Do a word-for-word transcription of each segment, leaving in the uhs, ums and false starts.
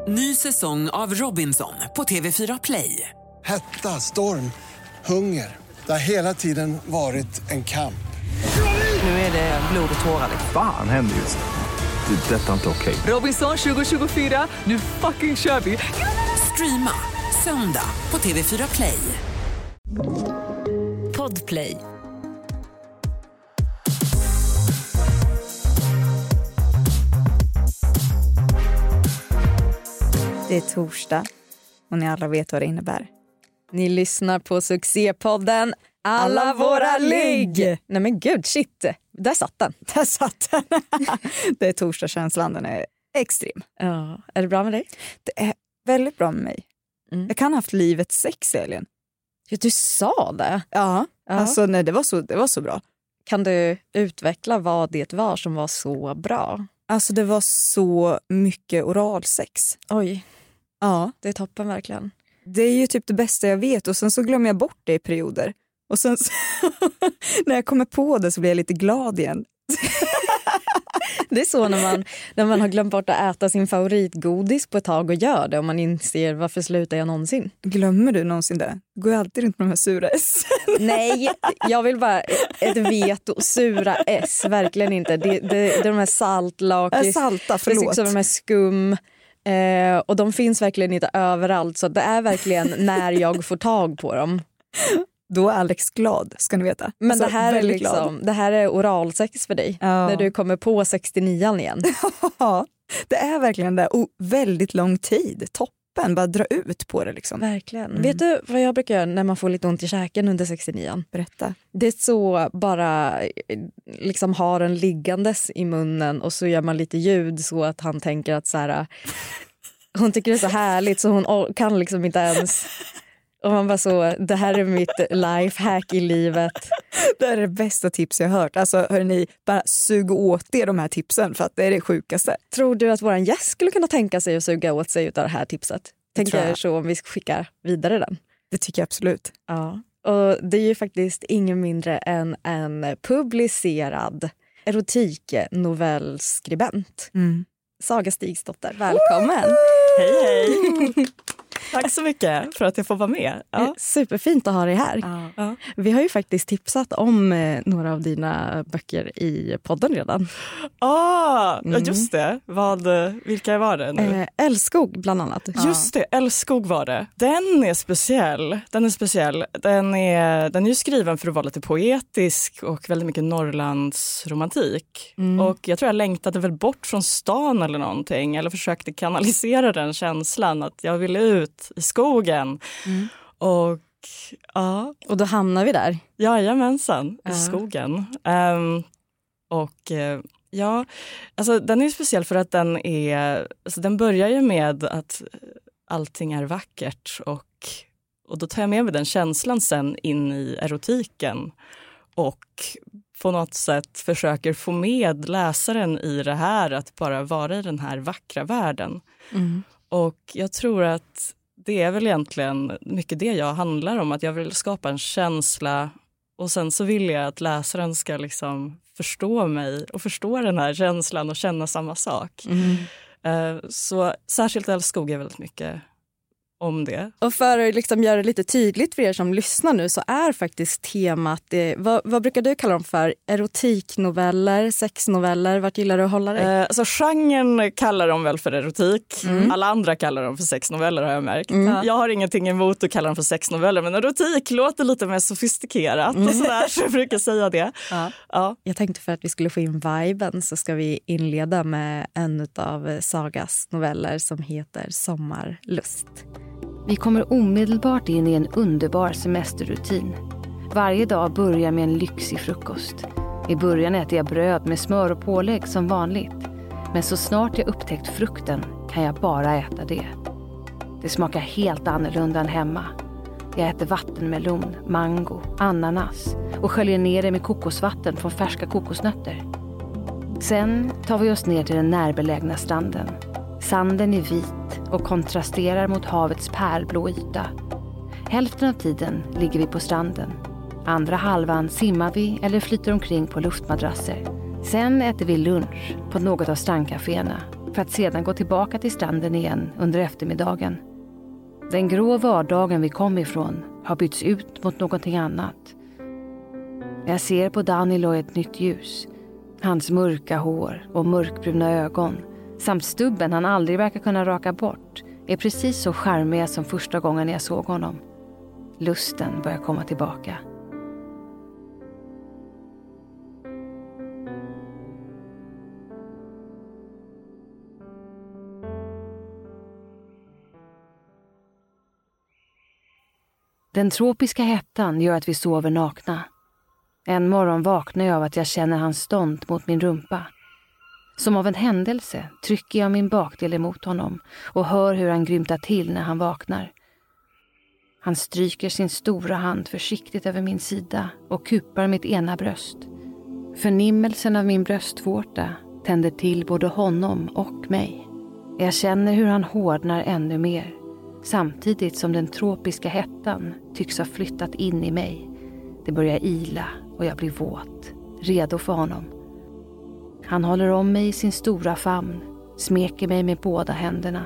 Ny säsong av Robinson på T V fyra Play. Hetta, storm, hunger. Det har hela tiden varit en kamp. Nu är det blod och tårar. Fan händer just det. Det är detta inte okej. Robinson tjugo tjugofyra, nu fucking kör vi. Streama söndag på T V fyra Play. Podplay. Det är torsdag och ni alla vet vad det innebär. Ni lyssnar på succépodden Alla, Alla våra ligg. Nej men gud, shit. Där satt den. Där satt den. Det är torsdagskänslan, den är extrem. Ja, är det bra med dig? Det är väldigt bra med mig. Mm. Jag kan ha haft livets sex, Elin. Ja, du sa det. Ja, ja. Alltså nej, det var så, det var så bra. Kan du utveckla vad det var som var så bra? Alltså det var så mycket oralsex. Oj. Ja. Det är toppen verkligen. Det är ju typ det bästa jag vet och sen så glömmer jag bort det i perioder. Och sen så, när jag kommer på det så blir jag lite glad igen. Det är så när man, när man har glömt bort att äta sin favoritgodis på ett tag och gör det och man inser varför slutar jag någonsin. Glömmer du någonsin det? Går jag alltid runt med de här sura S? Nej, jag vill bara ett veto. Sura S, verkligen inte. Det, det, det är de här saltlakis. Salta, förlåt. Det är också de här skum. Eh, och de finns verkligen inte överallt. Så det är verkligen när jag får tag på dem. Då är Alex glad, ska ni veta. Men alltså, det, här är liksom, det här är oralsex för dig. Ja. När du kommer på sextionio igen. Ja, det är verkligen det. Och väldigt lång tid. Toppen, bara dra ut på det liksom. Verkligen. Mm. Vet du vad jag brukar göra när man får lite ont i käken under sextionio? Berätta. Det är så bara liksom har en liggandes i munnen och så gör man lite ljud så att han tänker att så här, hon tycker det är så härligt så hon kan liksom inte ens. Och man bara så, det här är mitt lifehack i livet. Det är det bästa tips jag har hört. Alltså hörni, bara sug åt er de här tipsen för att det är det sjukaste. Tror du att våran gäst skulle kunna tänka sig att suga åt sig av det här tipset? Tänker jag så om vi ska skicka vidare den. Det tycker jag absolut. Ja. Och det är ju faktiskt ingen mindre än en publicerad erotiknovellskribent. Mm. Saga Stigsdotter, välkommen. Hej hej. Tack så mycket för att jag får vara med. Ja. Superfint att ha dig här. Ja. Ja. Vi har ju faktiskt tipsat om eh, några av dina böcker i podden redan. Ah, mm. Just det. Vad, vilka var det nu? Eh, Älskog bland annat. Just det, Älskog var det. Den är speciell. Den är speciell. Den är, den är ju skriven för att vara lite poetisk och väldigt mycket Norrlandsromantik. Mm. Och jag tror jag längtade väl bort från stan eller någonting. Eller försökte kanalisera den känslan att jag ville ut i skogen. Mm. Och ja. Och då hamnar vi där. Jajamensan, ja. I skogen. Um, och uh, ja, alltså den är speciell för att den är, alltså den börjar ju med att allting är vackert och, och då tar jag med mig den känslan sen in i erotiken och på något sätt försöker få med läsaren i det här, att bara vara i den här vackra världen. Mm. Och jag tror att det är väl egentligen mycket det jag handlar om. Att jag vill skapa en känsla och sen så vill jag att läsaren ska liksom förstå mig och förstå den här känslan och känna samma sak. Mm. Så särskilt Älskog är väldigt mycket om det. Och för att liksom göra det lite tydligt för er som lyssnar nu så är faktiskt temat, det, vad, vad brukar du kalla dem för? Erotiknoveller, sexnoveller, vart gillar du att hålla dig? Eh, alltså genren kallar de väl för erotik. Mm. Alla andra kallar dem för sexnoveller har jag märkt. Mm. Jag har ingenting emot att kalla dem för sexnoveller, men erotik låter lite mer sofistikerat mm. och sådär, så jag brukar säga det. Ja. Ja. Jag tänkte för att vi skulle få in viben så ska vi inleda med en av Sagas noveller som heter Sommarlust. Vi kommer omedelbart in i en underbar semesterrutin. Varje dag börjar med en lyxig frukost. I början äter jag bröd med smör och pålägg som vanligt. Men så snart jag upptäckt frukten kan jag bara äta det. Det smakar helt annorlunda än hemma. Jag äter vattenmelon, mango, ananas och sköljer ner det med kokosvatten från färska kokosnötter. Sen tar vi oss ner till den närbelägna stranden. Sanden är vit och kontrasterar mot havets pärlblå yta. Hälften av tiden ligger vi på stranden. Andra halvan simmar vi eller flyter omkring på luftmadrasser. Sen äter vi lunch på något av strandcaféerna för att sedan gå tillbaka till stranden igen under eftermiddagen. Den grå vardagen vi kom ifrån har bytts ut mot någonting annat. Jag ser på Danilo ett nytt ljus. Hans mörka hår och mörkbruna ögon samt stubben han aldrig verkar kunna raka bort är precis så charmiga som första gången jag såg honom. Lusten börjar komma tillbaka. Den tropiska hettan gör att vi sover nakna. En morgon vaknar jag av att jag känner hans stånd mot min rumpa. Som av en händelse trycker jag min bakdel emot honom och hör hur han grymtar till när han vaknar. Han stryker sin stora hand försiktigt över min sida och kupar mitt ena bröst. Förnimmelsen av min bröstvårta tänder till både honom och mig. Jag känner hur han hårdnar ännu mer, samtidigt som den tropiska hettan tycks ha flyttat in i mig. Det börjar ila och jag blir våt, redo för honom. Han håller om mig i sin stora famn, smeker mig med båda händerna.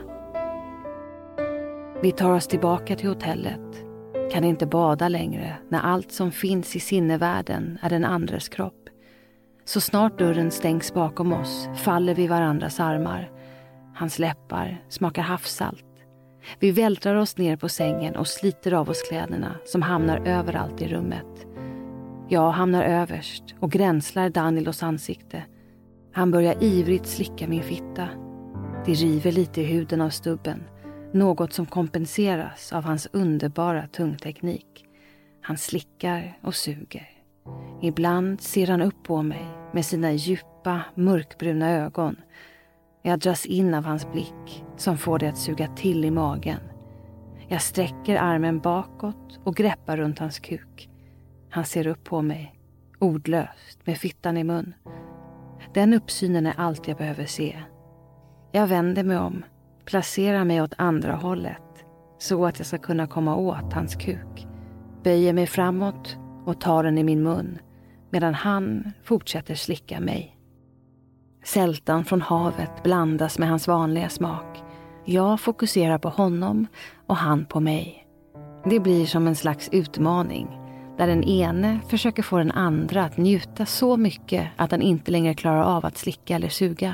Vi tar oss tillbaka till hotellet. Kan inte bada längre när allt som finns i sinnevärlden är den andres kropp. Så snart dörren stängs bakom oss faller vi varandras armar. Hans läppar smakar havssalt. Vi vältrar oss ner på sängen och sliter av oss kläderna som hamnar överallt i rummet. Jag hamnar överst och gränslar Danilos ansikte. Han börjar ivrigt slicka min fitta. Det river lite i huden av stubben. Något som kompenseras av hans underbara tungteknik. Han slickar och suger. Ibland ser han upp på mig med sina djupa, mörkbruna ögon. Jag dras in av hans blick som får det att suga till i magen. Jag sträcker armen bakåt och greppar runt hans kuk. Han ser upp på mig, ordlöst, med fittan i mun. Den uppsynen är allt jag behöver se. Jag vänder mig om, placerar mig åt andra hållet så att jag ska kunna komma åt hans kuk. Böjer mig framåt och tar den i min mun medan han fortsätter slicka mig. Sältan från havet blandas med hans vanliga smak. Jag fokuserar på honom och han på mig. Det blir som en slags utmaning där den ene försöker få den andra att njuta så mycket att han inte längre klarar av att slicka eller suga.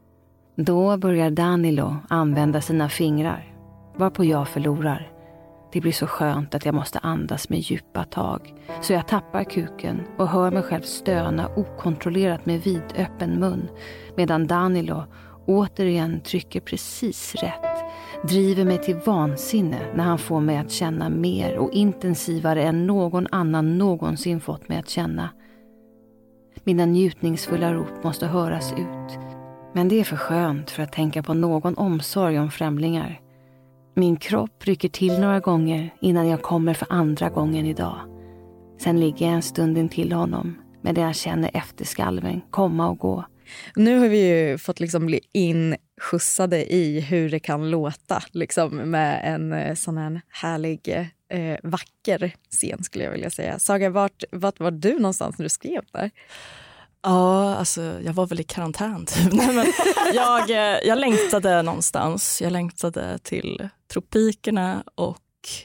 Då börjar Danilo använda sina fingrar, varpå jag förlorar. Det blir så skönt att jag måste andas med djupa tag, så jag tappar kuken och hör mig själv stöna okontrollerat med vidöppen mun, medan Danilo återigen trycker precis rätt, driver mig till vansinne när han får mig att känna mer och intensivare än någon annan någonsin fått mig att känna. Mina njutningsfulla rop måste höras ut, men det är för skönt för att tänka på någon omsorg om främlingar. Min kropp rycker till några gånger innan jag kommer för andra gången idag. Sen ligger jag en stund in till honom medan jag känner efterskalven komma och gå. Nu har vi ju fått liksom bli inskjutsade i hur det kan låta liksom, med en sån här härlig, eh, vacker scen skulle jag vilja säga. Saga, vart, vart var du någonstans när du skrev där? Ja, alltså jag var väl i karantän typ. Nej, men jag, jag längtade någonstans. Jag längtade till tropikerna och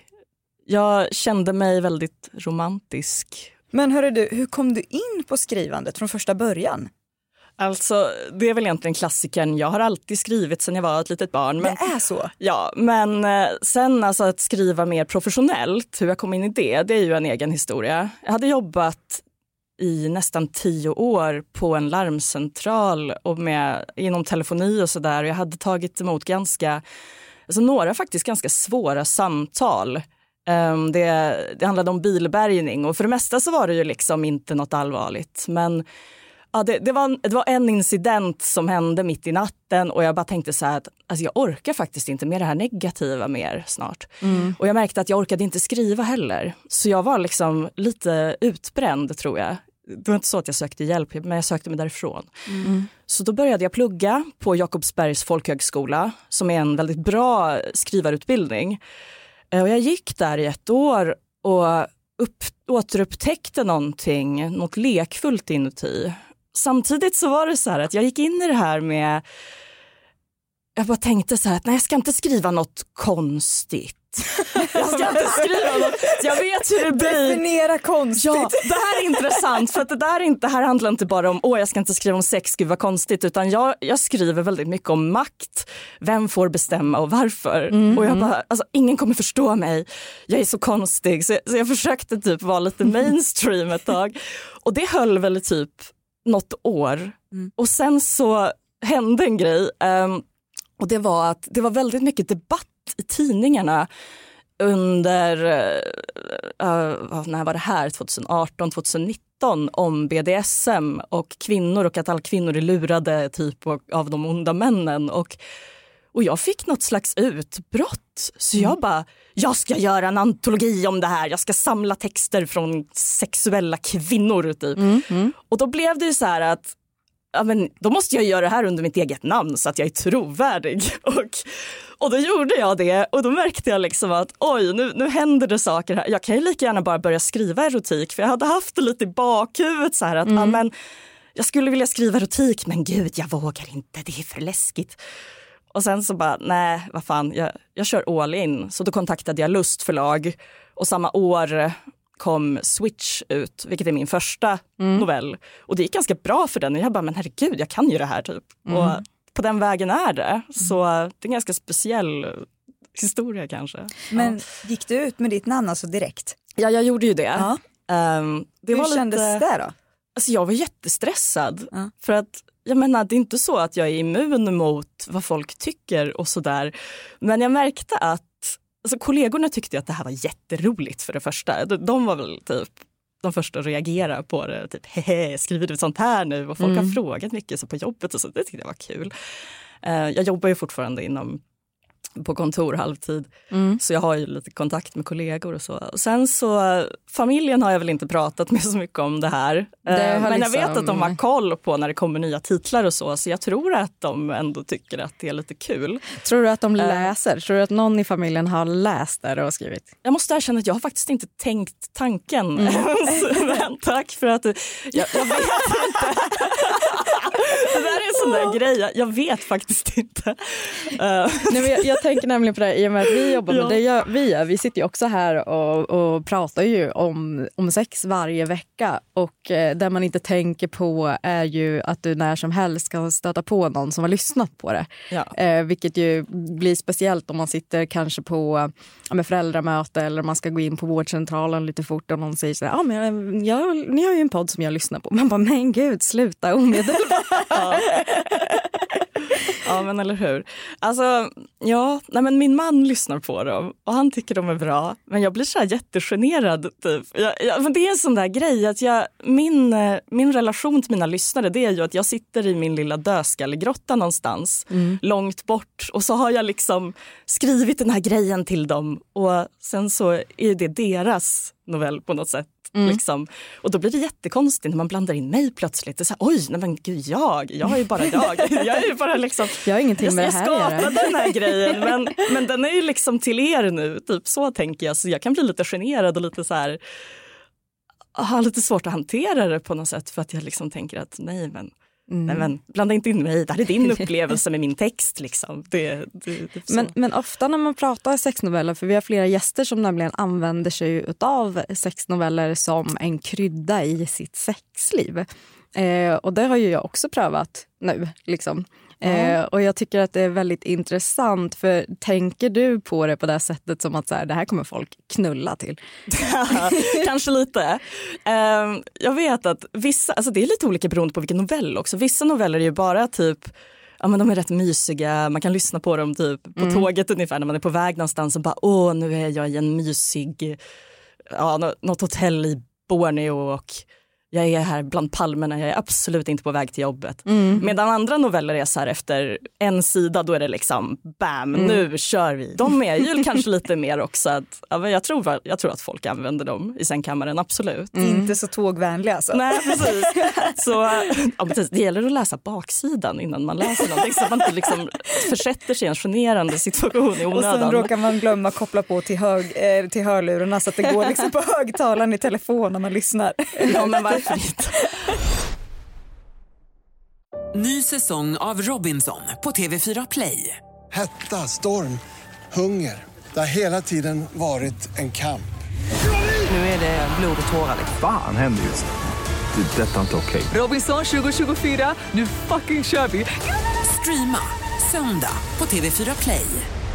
jag kände mig väldigt romantisk. Men hörru du, hur kom du in på skrivandet från första början? Alltså, det är väl egentligen klassikern. Jag har alltid skrivit sedan jag var ett litet barn. Men, det är så? Ja, men sen alltså att skriva mer professionellt, hur jag kom in i det, det är ju en egen historia. Jag hade jobbat i nästan tio år på en larmcentral och med, inom telefoni och sådär. Jag hade tagit emot ganska, alltså några faktiskt ganska svåra samtal. Um, det, det handlade om bilbärgning och för det mesta så var det ju liksom inte något allvarligt. Men ja, det, det, var, det var en incident som hände mitt i natten och jag bara tänkte så här att alltså jag orkar faktiskt inte med det här negativa mer snart. Mm. Och jag märkte att jag orkade inte skriva heller. Så jag var liksom lite utbränd tror jag. Det var inte så att jag sökte hjälp, men jag sökte mig därifrån. Mm. Så då började jag plugga på Jakobsbergs folkhögskola som är en väldigt bra skrivarutbildning. Och jag gick där i ett år och upp, återupptäckte någonting, något lekfullt inuti. Samtidigt så var det så här att jag gick in i det här med jag bara tänkte så här att nej, jag ska inte skriva något konstigt. Jag ska inte skriva något. Jag vet hur det blir. Definiera konstigt. Ja, det här är intressant för att det där, inte, här handlar inte bara om åh, jag ska inte skriva om sex, gud vad konstigt, utan jag, jag skriver väldigt mycket om makt. Vem får bestämma och varför? Mm, och jag bara, alltså ingen kommer förstå mig. Jag är så konstig. Så, så jag försökte typ vara lite mainstream ett tag. Och det höll väl typ något år. Mm. Och sen så hände en grej. Um, och det var att det var väldigt mycket debatt i tidningarna under, uh, när var det här, tjugoarton tjugonitton om B D S M och kvinnor och att alla kvinnor är lurade typ av de onda männen. Och, och jag fick något slags utbrott. Så jag bara, jag ska göra en antologi om det här. Jag ska samla texter från sexuella kvinnor typ. Mm, mm. Och då blev det ju så här att ja, men då måste jag göra det här under mitt eget namn så att jag är trovärdig. Och, och då gjorde jag det och då märkte jag liksom att oj, nu, nu händer det saker här. Jag kan ju lika gärna bara börja skriva erotik för jag hade haft det lite i bakhuvudet så här att mm. ja, men, jag skulle vilja skriva erotik men gud, jag vågar inte, det är för läskigt. Och sen så bara, nej, vad fan, jag, jag kör all in. Så då kontaktade jag Lustförlag och samma år kom Switch ut, vilket är min första mm. novell. Och det gick ganska bra för den. Och jag bara, men herregud, jag kan ju det här typ. Mm. Och på den vägen är det. Så det är en ganska speciell historia kanske. Men gick du ut med ditt namn alltså direkt? Ja, jag gjorde ju det. Ja. Um, det Hur var kändes lite, det då? Alltså jag var jättestressad. Ja. För att jag menar, det är inte så att jag är immun mot vad folk tycker och sådär. Men jag märkte att alltså, kollegorna tyckte att det här var jätteroligt för det första. De, de var väl typ de första att reagera på det. Typ, hehe, skriver du sånt här nu? Och folk mm. har frågat mycket så på jobbet och så. Det tyckte jag var kul. Uh, jag jobbar ju fortfarande inom på kontor halvtid. Mm. Så jag har ju lite kontakt med kollegor och så. Och sen så, familjen har jag väl inte pratat med så mycket om det här. Det Men liksom... jag vet att de har koll på när det kommer nya titlar och så. Så jag tror att de ändå tycker att det är lite kul. Tror du att de läser? Tror du att någon i familjen har läst det och skrivit? Jag måste erkänna att jag har faktiskt inte tänkt tanken. Mm. Men tack för att du... Jag, jag vet inte. Det där är en sån där grej. Jag vet faktiskt inte. Uh. Nej, men jag, jag tänker nämligen på det i och med att vi jobbar med ja. det gör, vi gör. Vi sitter ju också här och, och pratar ju om, om sex varje vecka. Och eh, det man inte tänker på är ju att du när som helst ska stöta på någon som har lyssnat på det. Ja. Eh, vilket ju blir speciellt om man sitter kanske på ja, med föräldramöte eller man ska gå in på vårdcentralen lite fort och någon säger så här, ja men jag, ni har ju en podd som jag lyssnar på. Man bara, men gud, sluta omedelbart. Ja. Ja, men eller hur. Alltså, ja, nej, men min man lyssnar på dem och han tycker de är bra. Men jag blir så här jättegenerad typ. Jag, jag, men det är en sån där grej att jag, min, min relation till mina lyssnare, det är ju att jag sitter i min lilla dödskallegrotta någonstans, mm. långt bort. Och så har jag liksom skrivit den här grejen till dem och sen så är det deras novell på något sätt. Mm. Liksom. Och då blir det jättekonstigt när man blandar in mig plötsligt. Det är så här, oj, nej men gud, jag, jag är ju bara jag. Jag är ju bara liksom, jag har ingenting med jag, det här jag skapade den här grejen, men, men den är ju liksom till er nu, typ så tänker jag. Så jag kan bli lite generad och lite så här, har lite svårt att hantera det på något sätt för att jag liksom tänker att nej men, mm. nej men blanda inte in mig, det här är din upplevelse med min text liksom. Det, det, det men, men ofta när man pratar sexnoveller, för vi har flera gäster som nämligen använder sig av sexnoveller som en krydda i sitt sexliv. Eh, och det har ju jag också prövat nu liksom. Eh, och jag tycker att det är väldigt intressant, för tänker du på det på det här sättet som att så här, det här kommer folk knulla till? Kanske lite. Eh, jag vet att vissa, alltså det är lite olika beroende på vilken novell också. Vissa noveller är ju bara typ, ja men de är rätt mysiga, man kan lyssna på dem typ på mm. tåget ungefär när man är på väg någonstans och bara, åh nu är jag i en mysig, ja något hotell i Borneo och jag är här bland palmerna, jag är absolut inte på väg till jobbet. Mm. Medan andra noveller är så här efter en sida, då är det liksom bam, mm. nu kör vi. De är ju kanske lite mer också att, ja, jag, tror, jag tror att folk använder dem i sängkammaren, absolut. Mm. Inte så tågvänliga alltså. Nej, precis. Så ja, precis. Det gäller att läsa baksidan innan man läser någonting så att man inte liksom försätter sig i en generande situation i onödan. Och sen råkar man glömma koppla på till, hög, eh, till hörlurarna så att det går liksom på högtalaren i telefon när man lyssnar. Ja, men varför? Ny säsong av Robinson på T V fyra Play. Hetta, storm, hunger. Det har hela tiden varit en kamp. Nu är det blod och tårar. Fan händer just det. Det är detta inte okej. Robinson tjugo tjugofyra, nu fucking kör vi. Streama söndag på T V fyra Play.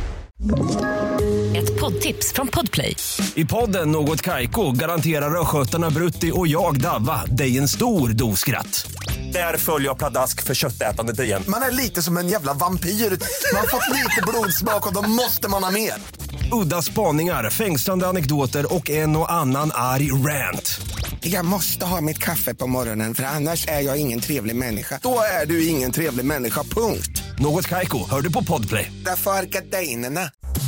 Ett poddtips från Podplay. I podden Något Kaiko garanterar röskötarna Brutti och jag Davva dig en stor doskratt. Där följer jag pladask för köttätandet igen. Man är lite som en jävla vampyr. Man har fått lite blodsmak och då måste man ha mer. Udda spaningar, fängslande anekdoter och en och annan arg rant. Jag måste ha mitt kaffe på morgonen för annars är jag ingen trevlig människa. Då är du ingen trevlig människa, punkt. Något Kaiko, hör du på Podplay. Därför är gardinerna.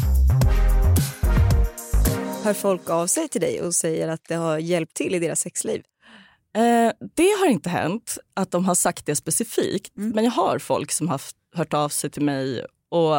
Hör folk av sig till dig och säger att det har hjälpt till i deras sexliv? Eh, det har inte hänt att de har sagt det specifikt. Mm. Men jag har folk som har hört av sig till mig och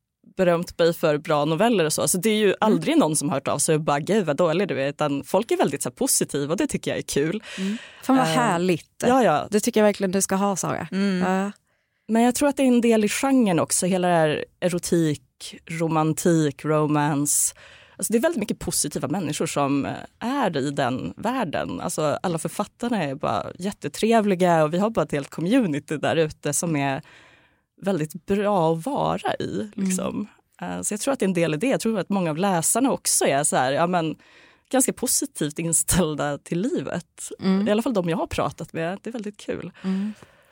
berömt mig för bra noveller och så. Alltså det är ju mm. aldrig någon som har hört av sig och bara gud vad dålig du är. Utan folk är väldigt så här, positiva och det tycker jag är kul. Mm. Fan vad härligt. Ja, ja. Det tycker jag verkligen du ska ha, Saga. Mm. Uh. Men jag tror att det är en del i genren också. Hela det här erotik, romantik, romance. Alltså det är väldigt mycket positiva människor som är i den världen. Alltså alla författarna är bara jättetrevliga och vi har bara ett helt community där ute som är väldigt bra att vara i. Liksom. Mm. Så jag tror att det är en del i det. Jag tror att många av läsarna också är så här, ja, men, ganska positivt inställda till livet. Mm. I alla fall de jag har pratat med. Det är väldigt kul. Mm.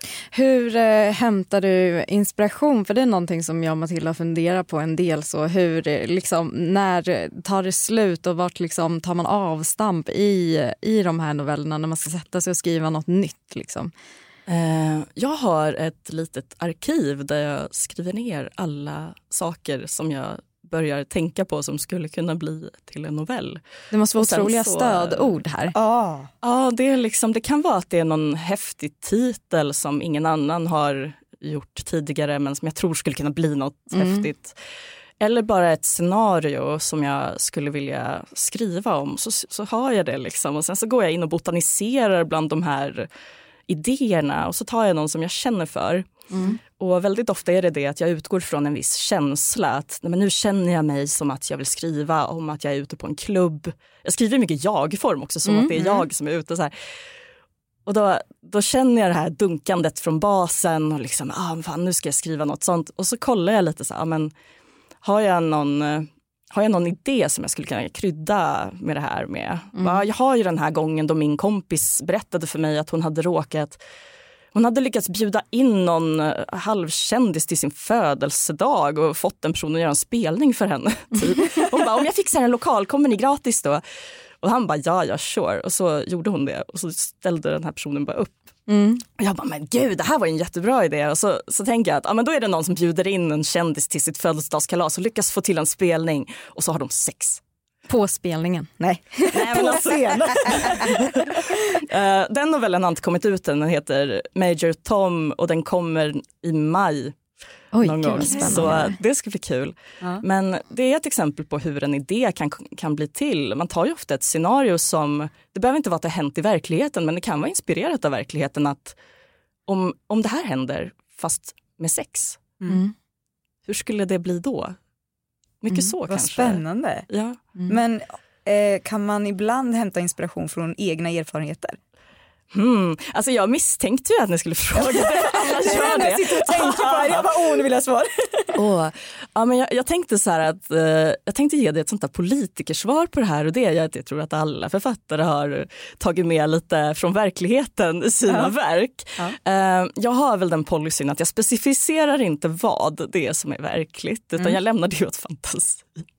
Hur eh, hämtar du inspiration? För det är någonting som jag och Matilda funderar på en del. Så hur, liksom, när tar det slut och vart liksom, tar man avstamp i, i de här novellerna när man ska sätta sig och skriva något nytt? Liksom? Eh, jag har ett litet arkiv där jag skriver ner alla saker som jag börjar tänka på som skulle kunna bli till en novell. Det måste vara otroliga så, stödord här. Ah. Ja, det, är liksom, det kan vara att det är någon häftig titel som ingen annan har gjort tidigare men som jag tror skulle kunna bli något mm. häftigt. Eller bara ett scenario som jag skulle vilja skriva om. Så, så har jag det liksom. Och sen så går jag in och botaniserar bland de här idéerna och så tar jag någon som jag känner för. Mm. Och väldigt ofta är det det att jag utgår från en viss känsla att nej, men nu känner jag mig som att jag vill skriva om att jag är ute på en klubb. Jag skriver mycket jag-form också som mm. att det är jag som är ute så här. Och då, då känner jag det här dunkandet från basen och liksom, ah, fan, nu ska jag skriva något sånt. Och så kollar jag lite så här, ah, men har jag någon... Har jag någon idé som jag skulle kunna krydda med det här med? Mm. Ja, jag har ju den här gången då min kompis berättade för mig att hon hade råkat... Hon hade lyckats bjuda in någon halvkändis till sin födelsedag och fått den personen att göra en spelning för henne. Typ. Hon bara, om jag fixar en lokal, kommer ni gratis då? Och han bara, ja, ja, sure. Och så gjorde hon det. Och så ställde den här personen bara upp. Mm. Och jag bara, men gud, det här var en jättebra idé. Och så, så tänker jag att ja, men då är det någon som bjuder in en kändis till sitt födelsedagskalas och lyckas få till en spelning. Och så har de sex. På spelningen? Nej. Nej på scen. uh, den novellen har inte kommit ut än. Den heter Major Tom och den kommer i maj. Oj, någon gång. Så det ska bli kul. Ja. Men det är ett exempel på hur en idé kan, kan bli till. Man tar ju ofta ett scenario som, det behöver inte vara att det har hänt i verkligheten, men det kan vara inspirerat av verkligheten att om, om det här händer fast med sex, mm. hur skulle det bli då? Mycket mm, så vad kanske. Spännande. Ja. Mm. Men eh, kan man ibland hämta inspiration från egna erfarenheter? Hmm. Alltså jag misstänkte ju att ni skulle fråga det. Jag, jag sitter och tänker på det. Jag bara, åh, nu vill jag svara. oh. ja, men jag, jag tänkte så här att eh, jag tänkte ge dig ett sånt där politikersvar på det här och det. Jag, jag tror att alla författare har tagit med lite från verkligheten i sina ja. verk. Ja. Eh, jag har väl den policyn att jag specificerar inte vad det är som är verkligt utan mm. jag lämnar det åt fantasi.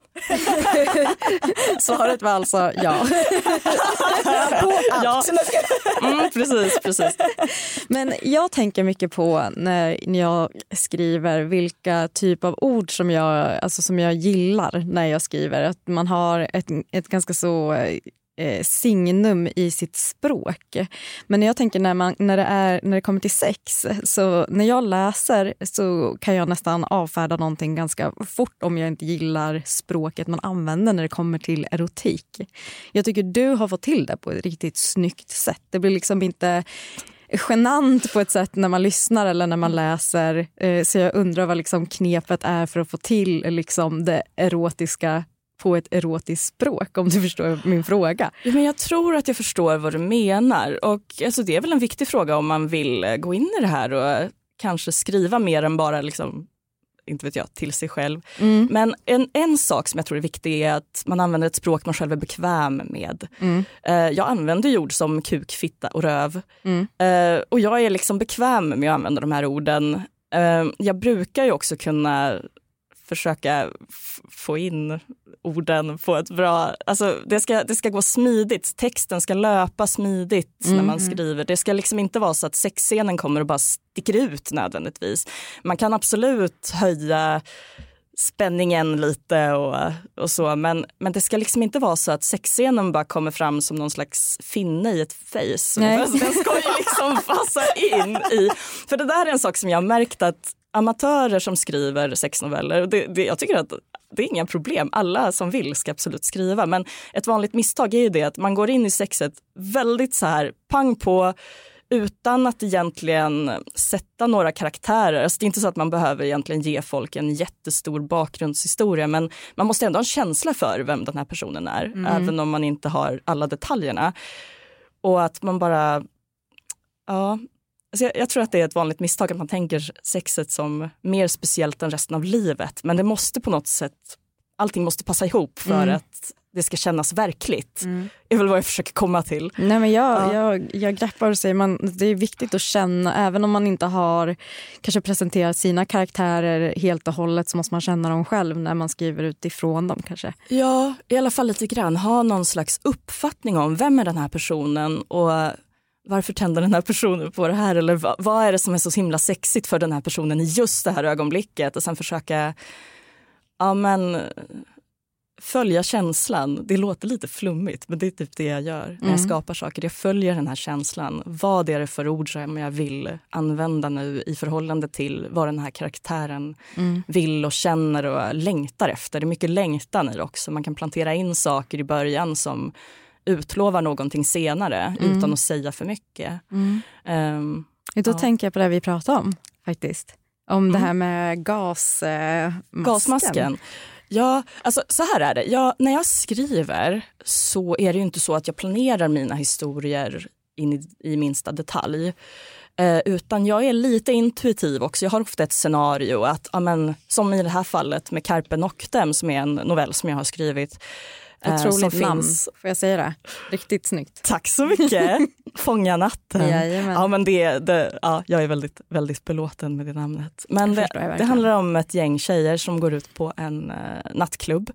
Svaret var alltså ja. På allt. Ja. Mm, precis, precis. Men jag tänker mycket på när jag skriver vilka typ av ord som jag, alltså som jag gillar när jag skriver. Att man har ett, ett ganska så eh, signum i sitt språk. Men jag tänker när, man, när, det är, när det kommer till sex, så när jag läser så kan jag nästan avfärda någonting ganska fort om jag inte gillar språket man använder när det kommer till erotik. Jag tycker du har fått till det på ett riktigt snyggt sätt. Det blir liksom inte... genant på ett sätt när man lyssnar eller när man läser. Eh, så jag undrar vad liksom knepet är för att få till liksom det erotiska på ett erotiskt språk, om du förstår min fråga. Ja, men jag tror att jag förstår vad du menar. Och alltså, det är väl en viktig fråga om man vill gå in i det här och kanske skriva mer än bara liksom, inte vet jag, till sig själv. Mm. Men en, en sak som jag tror är viktig är att man använder ett språk man själv är bekväm med. Mm. Uh, jag använder ord som kuk, fitta och röv. Mm. Uh, och jag är liksom bekväm med att använda de här orden. Uh, jag brukar ju också kunna försöka f- få in orden på ett bra... Alltså det ska, det ska gå smidigt. Texten ska löpa smidigt mm. när man skriver. Det ska liksom inte vara så att sexscenen kommer och bara sticker ut nödvändigtvis. Man kan absolut höja spänningen lite och, och så. Men, men det ska liksom inte vara så att sexscenen bara kommer fram som någon slags finne i ett face. Nej. Den ska ju liksom passa in i... För det där är en sak som jag har märkt att amatörer som skriver sexnoveller, det, det, jag tycker att det är inga problem. Alla som vill ska absolut skriva. Men ett vanligt misstag är ju det att man går in i sexet väldigt så här pang på utan att egentligen sätta några karaktärer. Alltså det är inte så att man behöver egentligen ge folk en jättestor bakgrundshistoria, men man måste ändå ha en känsla för vem den här personen är, mm. även om man inte har alla detaljerna. Och att man bara... ja... Alltså jag, jag tror att det är ett vanligt misstag att man tänker sexet som mer speciellt än resten av livet. Men det måste på något sätt, allting måste passa ihop för mm. att det ska kännas verkligt. Mm. Det är väl vad jag försöker komma till. Nej, men jag, ja. jag, jag greppar och säger, man, det är viktigt att känna, även om man inte har kanske presenterat sina karaktärer helt och hållet, så måste man känna dem själv när man skriver utifrån dem kanske. Ja, i alla fall lite grann. Ha någon slags uppfattning om vem är den här personen och varför tänder den här personen på det här? Eller vad, vad är det som är så himla sexigt för den här personen i just det här ögonblicket? Och sen försöka ja, men, följa känslan. Det låter lite flummigt, men det är typ det jag gör när jag mm. skapar saker. Jag följer den här känslan. Vad är det för ord som jag vill använda nu i förhållande till vad den här karaktären mm. vill och känner och längtar efter. Det är mycket längtan i det också. Man kan plantera in saker i början som utlovar någonting senare mm. utan att säga för mycket. Mm. Um, Då ja. tänker jag på det vi pratade om faktiskt. Om mm. det här med gasmasken. Gasmasken. Ja, alltså så här är det. Jag, när jag skriver så är det ju inte så att jag planerar mina historier in i, i minsta detalj. Eh, utan jag är lite intuitiv också. Jag har ofta ett scenario att, amen, som i det här fallet med Carpe Noctem, som är en novell som jag har skrivit. Otroligt eh, namn, finns... får jag säga det? Riktigt snyggt. Tack så mycket. Fånga natten. Jajamän. Ja, men det, det, ja, jag är väldigt, väldigt belåten med det namnet. Men det, det handlar om ett gäng tjejer som går ut på en uh, nattklubb.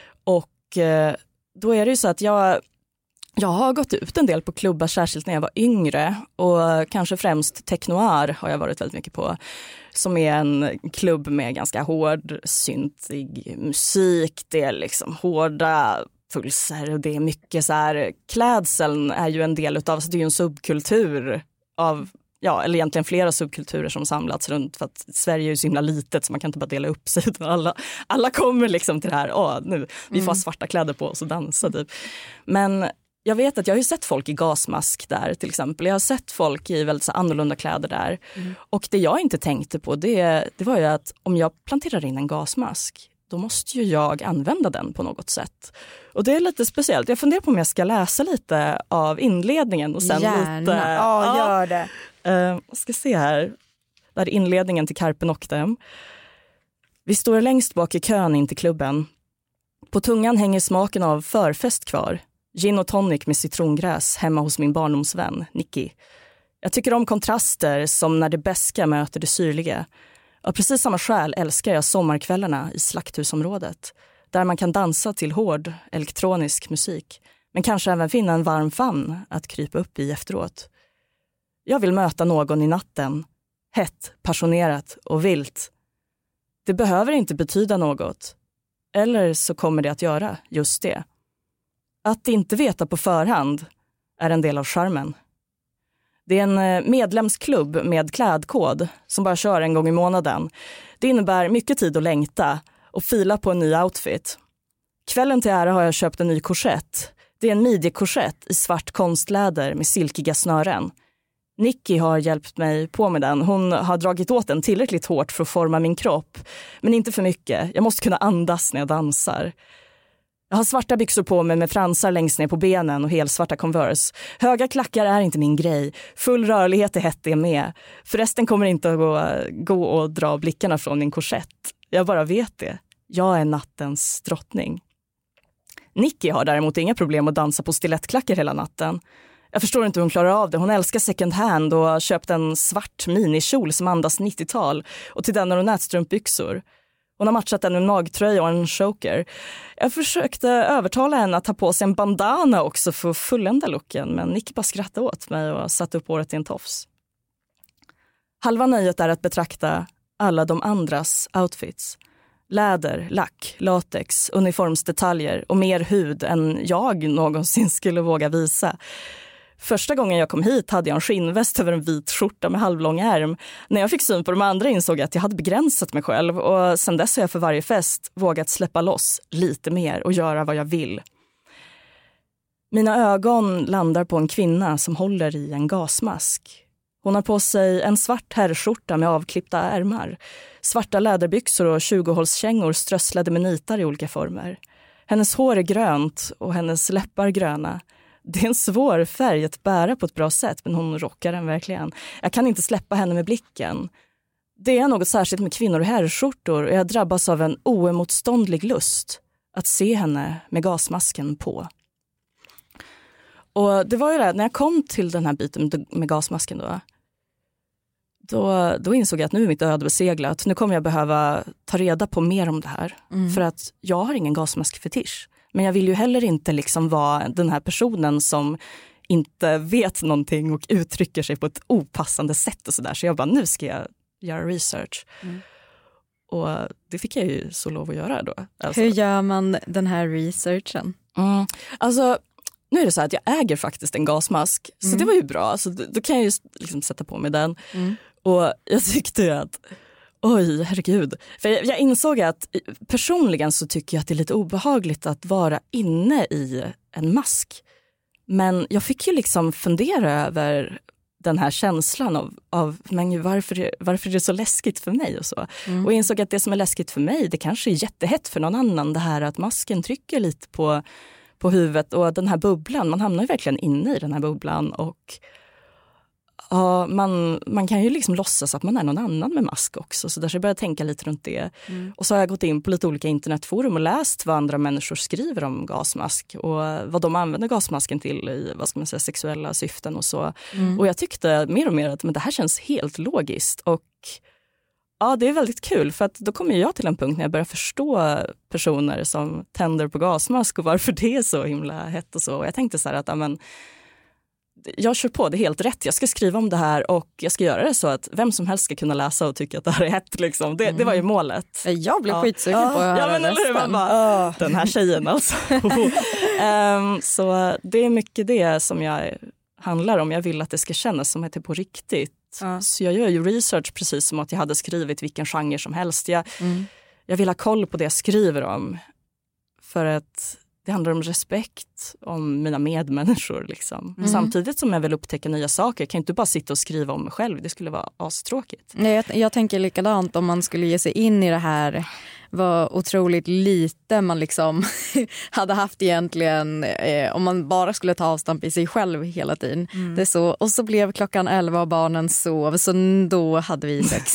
Och uh, då är det ju så att jag, jag har gått ut en del på klubbar, särskilt när jag var yngre. Och kanske främst Technoir har jag varit väldigt mycket på. Som är en klubb med ganska hård syntig musik. Det är liksom hårda pulser och det är mycket så här, klädseln är ju en del utav, så det är ju en subkultur av, ja, eller egentligen flera subkulturer som samlats runt, för att Sverige är ju så himla litet så man kan inte bara dela upp sig. Alla, alla kommer liksom till det här, åh, nu, vi får mm. svarta kläder på oss och dansa typ. Men jag vet att jag har ju sett folk i gasmask där till exempel. Jag har sett folk i väldigt så annorlunda kläder där. Mm. Och det jag inte tänkte på det, det var ju att om jag planterar in en gasmask, då måste ju jag använda den på något sätt. Och det är lite speciellt. Jag funderar på om jag ska läsa lite av inledningen och sen Gärna. lite... Ja, gör det. Uh, jag ska se här. Det är inledningen till Carpe Noctem. Vi står längst bak i kön in till klubben. På tungan hänger smaken av förfest kvar. Gin och tonic med citrongräs hemma hos min barndomsvän, Nicky. Jag tycker om kontraster som när det beska möter det syrliga. Av precis samma skäl älskar jag sommarkvällarna i Slakthusområdet. Där man kan dansa till hård elektronisk musik. Men kanske även finna en varm famn att krypa upp i efteråt. Jag vill möta någon i natten. Hett, passionerat och vilt. Det behöver inte betyda något. Eller så kommer det att göra just det. Att inte veta på förhand är en del av charmen. Det är en medlemsklubb med klädkod som bara kör en gång i månaden. Det innebär mycket tid att längta och fila på en ny outfit. Kvällen till ära har jag köpt en ny korsett. Det är en midjekorsett i svart konstläder med silkiga snören. Nicky har hjälpt mig på med den. Hon har dragit åt den tillräckligt hårt för att forma min kropp. Men inte för mycket. Jag måste kunna andas när jag dansar. Jag har svarta byxor på mig med fransar längst ner på benen och helsvarta Converse. Höga klackar är inte min grej. Full rörlighet är hett det med. Förresten kommer inte att gå, gå och dra blickarna från min korsett. Jag bara vet det. Jag är nattens drottning. Nicky har däremot inga problem att dansa på stilettklackar hela natten. Jag förstår inte hur hon klarar av det. Hon älskar second hand och har köpt en svart minikjol som andas nittiotal. Och till den har hon nätstrumpbyxor. Hon har matchat den med en magtröja och en choker. Jag försökte övertala henne att ta på sig en bandana också för att fullända looken. Men Nicky bara skrattade åt mig och satte upp håret i en tofs. Halva nöjet är att betrakta alla de andras outfits. Läder, lack, latex, uniformsdetaljer och mer hud än jag någonsin skulle våga visa. Första gången jag kom hit hade jag en skinnväst över en vit skjorta med halvlång ärm. När jag fick syn på de andra insåg jag att jag hade begränsat mig själv. Och sen dess har jag för varje fest vågat släppa loss lite mer och göra vad jag vill. Mina ögon landar på en kvinna som håller i en gasmask. Hon har på sig en svart herrskjorta med avklippta ärmar. Svarta läderbyxor och tjugohålskängor strösslade med nitar i olika former. Hennes hår är grönt och hennes läppar gröna. Det är en svår färg att bära på ett bra sätt, men hon rockar den verkligen. Jag kan inte släppa henne med blicken. Det är något särskilt med kvinnor i herrskjortor och jag drabbas av en oemotståndlig lust att se henne med gasmasken på. Och det var ju det, när jag kom till den här biten med gasmasken då, då, då insåg jag att nu är mitt öde beseglat. Nu kommer jag behöva ta reda på mer om det här. Mm. För att jag har ingen gasmaskfetisch. Men jag vill ju heller inte liksom vara den här personen som inte vet någonting och uttrycker sig på ett opassande sätt och sådär. Så jag bara, nu ska jag göra research. Mm. Och det fick jag ju så lov att göra då. Alltså. Hur gör man den här researchen? Mm. Alltså, nu är det så här att jag äger faktiskt en gasmask. Så mm. det var ju bra. Alltså, då, då kan jag ju liksom sätta på mig den. Mm. Och jag tyckte ju att oj, herregud. För jag, jag insåg att personligen så tycker jag att det är lite obehagligt att vara inne i en mask. Men jag fick ju liksom fundera över den här känslan av, av men varför, varför är det så läskigt för mig och så. Mm. Och jag insåg att det som är läskigt för mig, det kanske är jättehett för någon annan. Det här att masken trycker lite på, på huvudet och den här bubblan. Man hamnar ju verkligen inne i den här bubblan och ja, man, man kan ju liksom låtsas att man är någon annan med mask också. Så därför började jag tänka lite runt det. Mm. Och så har jag gått in på lite olika internetforum och läst vad andra människor skriver om gasmask. Och vad de använder gasmasken till i vad ska man säga, sexuella syften och så. Mm. Och jag tyckte mer och mer att men det här känns helt logiskt. Och ja, det är väldigt kul för att då kommer jag till en punkt när jag börjar förstå personer som tänder på gasmask och varför det är så himla hett och så. Och jag tänkte så här att amen, jag kör på, det är helt rätt. Jag ska skriva om det här och jag ska göra det så att vem som helst ska kunna läsa och tycka att det här är hett. Liksom. Det, mm. det var ju målet. Jag blev ja. skitsugen på att höra ja, men eller hur, bara, den här tjejen alltså. um, så det är mycket det som jag handlar om. Jag vill att det ska kännas som att det är på riktigt. Uh. Så jag gör ju research precis som att jag hade skrivit vilken genre som helst. Jag, mm. jag vill ha koll på det jag skriver om. För att det handlar om respekt om mina medmänniskor. Liksom. Mm. Samtidigt som jag vill upptäcka nya saker. Jag kan inte bara sitta och skriva om mig själv. Det skulle vara astråkigt. Nej, jag, jag tänker likadant om man skulle ge sig in i det här. Var otroligt lite man liksom hade haft egentligen eh, om man bara skulle ta avstamp i sig själv hela tiden. Mm. Det är så. Och så blev klockan elva och barnen sov. Så då hade vi sex.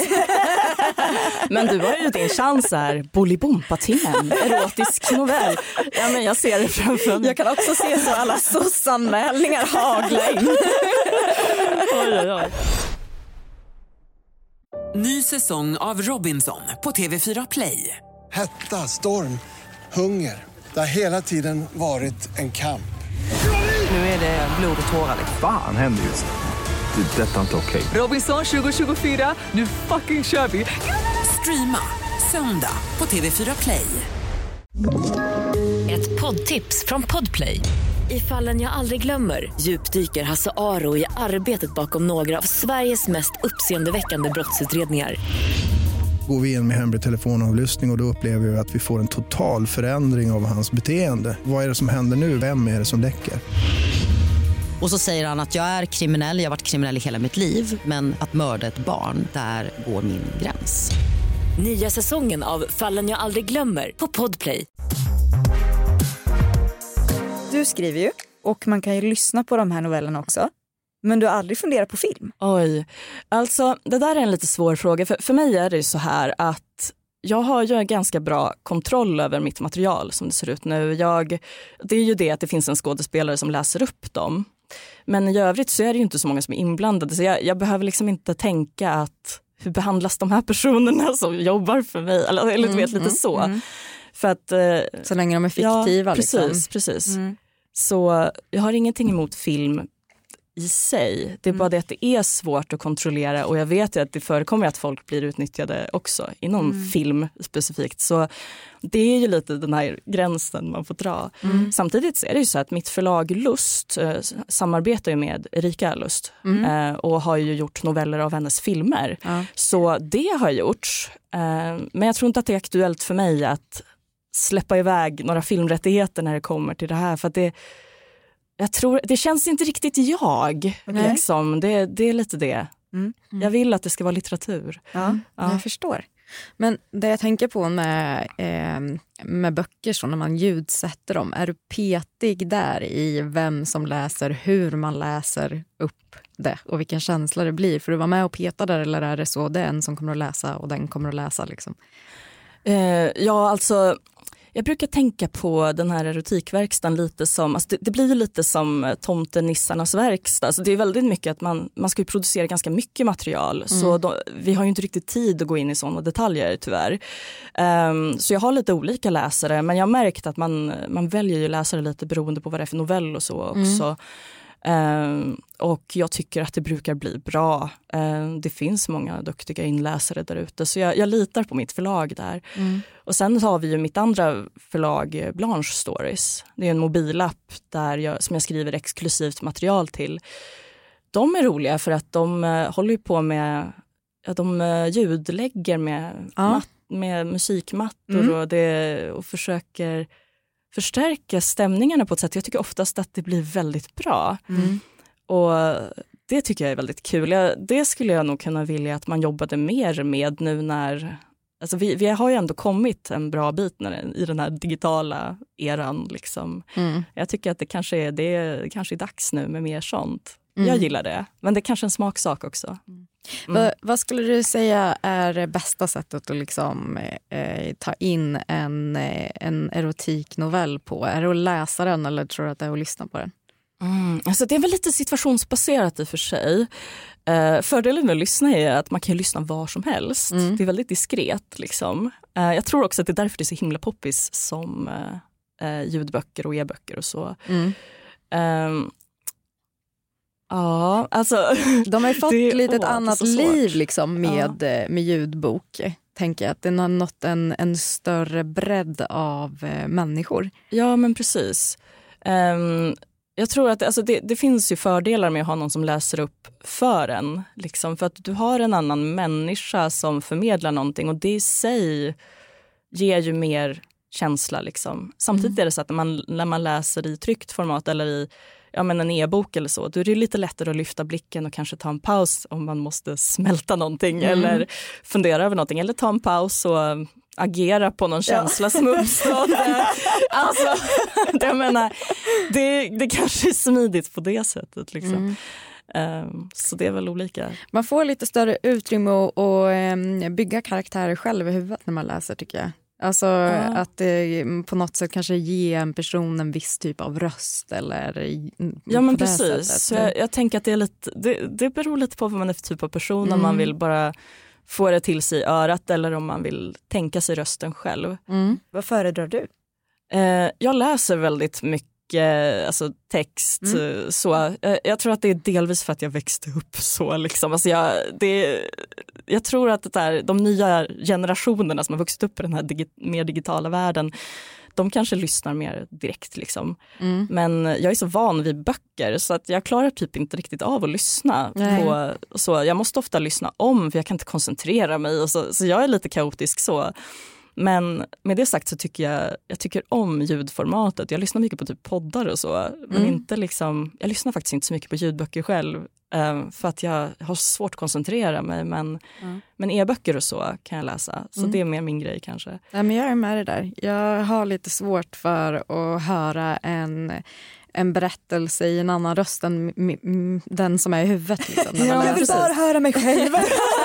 Men du har ju din chans här. Bolibompa-timmen, erotisk novell. Ja, men jag ser det framför mig. Jag kan också se så alla sossanmälningar hagla in. Oj, oj, oj. Ny säsong av Robinson på T V fyra Play. Hetta, storm, hunger. Det har hela tiden varit en kamp. Nu är det blod och tårar. Fan händer just det. Det är detta inte okej. Robinson tjugo tjugofyra, nu fucking kör vi. Streama söndag på T V fyra Play. Ett poddtips från Podplay. I Fallen jag aldrig glömmer djupdyker Hasse Aro i arbetet bakom några av Sveriges mest uppseendeväckande brottsutredningar. Går vi in med hemlig telefonavlyssning och, och då upplever vi att vi får en total förändring av hans beteende. Vad är det som händer nu? Vem är det som läcker? Och så säger han att jag är kriminell, jag har varit kriminell i hela mitt liv. Men att mörda ett barn, där går min gräns. Nya säsongen av Fallen jag aldrig glömmer på Podplay. Du skriver ju, och man kan ju lyssna på de här novellerna också. Men du har aldrig funderat på film? Oj, alltså det där är en lite svår fråga. För, för mig är det ju så här att jag har ju ganska bra kontroll över mitt material som det ser ut nu. Jag, det är ju det att det finns en skådespelare som läser upp dem. Men i övrigt så är det ju inte så många som är inblandade. Så jag, jag behöver liksom inte tänka att hur behandlas de här personerna som jobbar för mig? Eller, eller du vet, lite mm, så. Mm. För att, så länge de är fiktiva. Ja, precis. Liksom. precis. Mm. Så jag har ingenting emot film i sig. Det är bara det att det är svårt att kontrollera, och jag vet ju att det förekommer att folk blir utnyttjade också inom mm. film specifikt. Så det är ju lite den här gränsen man får dra. Mm. Samtidigt så är det ju så att mitt förlag Lust eh, samarbetar ju med Erika Lust mm. eh, och har ju gjort noveller av hennes filmer. Ja. Så det har gjorts. Eh, men jag tror inte att det är aktuellt för mig att släppa iväg några filmrättigheter när det kommer till det här, för att det Jag tror, det känns inte riktigt jag. Liksom. Det, det är lite det. Mm. Mm. Jag vill att det ska vara litteratur. Ja, ja. Jag förstår. Men det jag tänker på med, eh, med böcker, så när man ljudsätter dem, är du petig där i vem som läser, hur man läser upp det och vilken känsla det blir? För du var med och peta där, eller är det så det är en som kommer att läsa och den kommer att läsa? Liksom? Eh, ja, alltså... Jag brukar tänka på den här erotikverkstan lite som, alltså det, det blir ju lite som tomtenissarnas verkstad. Alltså det är väldigt mycket att man, man ska ju producera ganska mycket material. Mm. Så då, vi har ju inte riktigt tid att gå in i sådana detaljer tyvärr. Um, så jag har lite olika läsare, men jag har märkt att man, man väljer ju läsare lite beroende på vad det är för novell och så också. Mm. Uh, och jag tycker att det brukar bli bra. Uh, det finns många duktiga inläsare där ute, så jag, jag litar på mitt förlag där. Mm. Och sen har vi ju mitt andra förlag, Blanche Stories. Det är en mobilapp där jag, som jag skriver exklusivt material till. De är roliga för att de uh, håller på med, ja, de uh, ljudlägger med, ja. mat, med musikmattor mm. och, det, och försöker förstärka stämningarna på ett sätt. Jag tycker oftast att det blir väldigt bra. Mm. Och det tycker jag är väldigt kul. Jag, det skulle jag nog kunna vilja att man jobbade mer med nu när... Alltså vi, vi har ju ändå kommit en bra bit när, i den här digitala eran. Liksom. Mm. Jag tycker att det kanske är, det är, kanske är dags nu med mer sånt. Mm. Jag gillar det. Men det är kanske en smaksak också. Mm. Mm. Va, vad skulle du säga är det bästa sättet att liksom, eh, ta in en, en erotiknovell på? Är det att läsa den, eller tror du att det är att lyssna på den? Mm. Alltså det är väl lite situationsbaserat i och för sig. Uh, fördelen med att lyssna är att man kan lyssna var som helst. Mm. Det är väldigt diskret. Liksom. Uh, jag tror också att det är därför det är så himla poppis som uh, uh, ljudböcker och e-böcker och så. Mm. Um, Ja, alltså de har ju fått det, lite ett åh, annat liv liksom med, ja. med ljudbok. Tänker jag att den har nått en, en större bredd av eh, människor. Ja, men precis. Um, jag tror att alltså, det, det finns ju fördelar med att ha någon som läser upp för en. Liksom, för att du har en annan människa som förmedlar någonting, och det i sig ger ju mer känsla. Liksom. Samtidigt mm. är det så att när man, när man läser i tryckt format eller i ja, men en e-bok eller så, då är det lite lättare att lyfta blicken och kanske ta en paus om man måste smälta någonting mm. eller fundera över någonting, eller ta en paus och agera på någon känsla ja. som uppstår. Alltså, jag menar, det, det kanske är smidigt på det sättet liksom. Mm. Um, så det är väl olika. Man får lite större utrymme att um, bygga karaktärer själv i huvudet när man läser, tycker jag. Alltså ja. att det på något sätt kanske ge en person en viss typ av röst eller ja, men precis. Så jag, jag tänker att det är lite det, det beror lite på vad man är för typ av person, mm. om man vill bara få det till sig i örat eller om man vill tänka sig rösten själv. Mm. Vad föredrar du? Eh, jag läser väldigt mycket alltså text mm. så eh, jag tror att det är delvis för att jag växte upp så liksom. Alltså jag, det, jag tror att det där, de nya generationerna som har vuxit upp i den här digi- mer digitala världen, de kanske lyssnar mer direkt liksom. Mm. Men jag är så van vid böcker så att jag klarar typ inte riktigt av att lyssna på, så jag måste ofta lyssna om för jag kan inte koncentrera mig och så, så jag är lite kaotisk så. Men med det sagt så tycker jag, jag tycker om ljudformatet. Jag lyssnar mycket på typ poddar och så. Men Mm. inte liksom, jag lyssnar faktiskt inte så mycket på ljudböcker själv. eh, För att jag har svårt att koncentrera mig. Men, Mm. men e-böcker och så kan jag läsa. Så Mm. det är mer min grej kanske. Nej, men jag är med det där. Jag har lite svårt för att höra en, en berättelse i en annan röst än m- m- den som är i huvudet. Liksom, när man Jag vill läser. bara höra mig själv.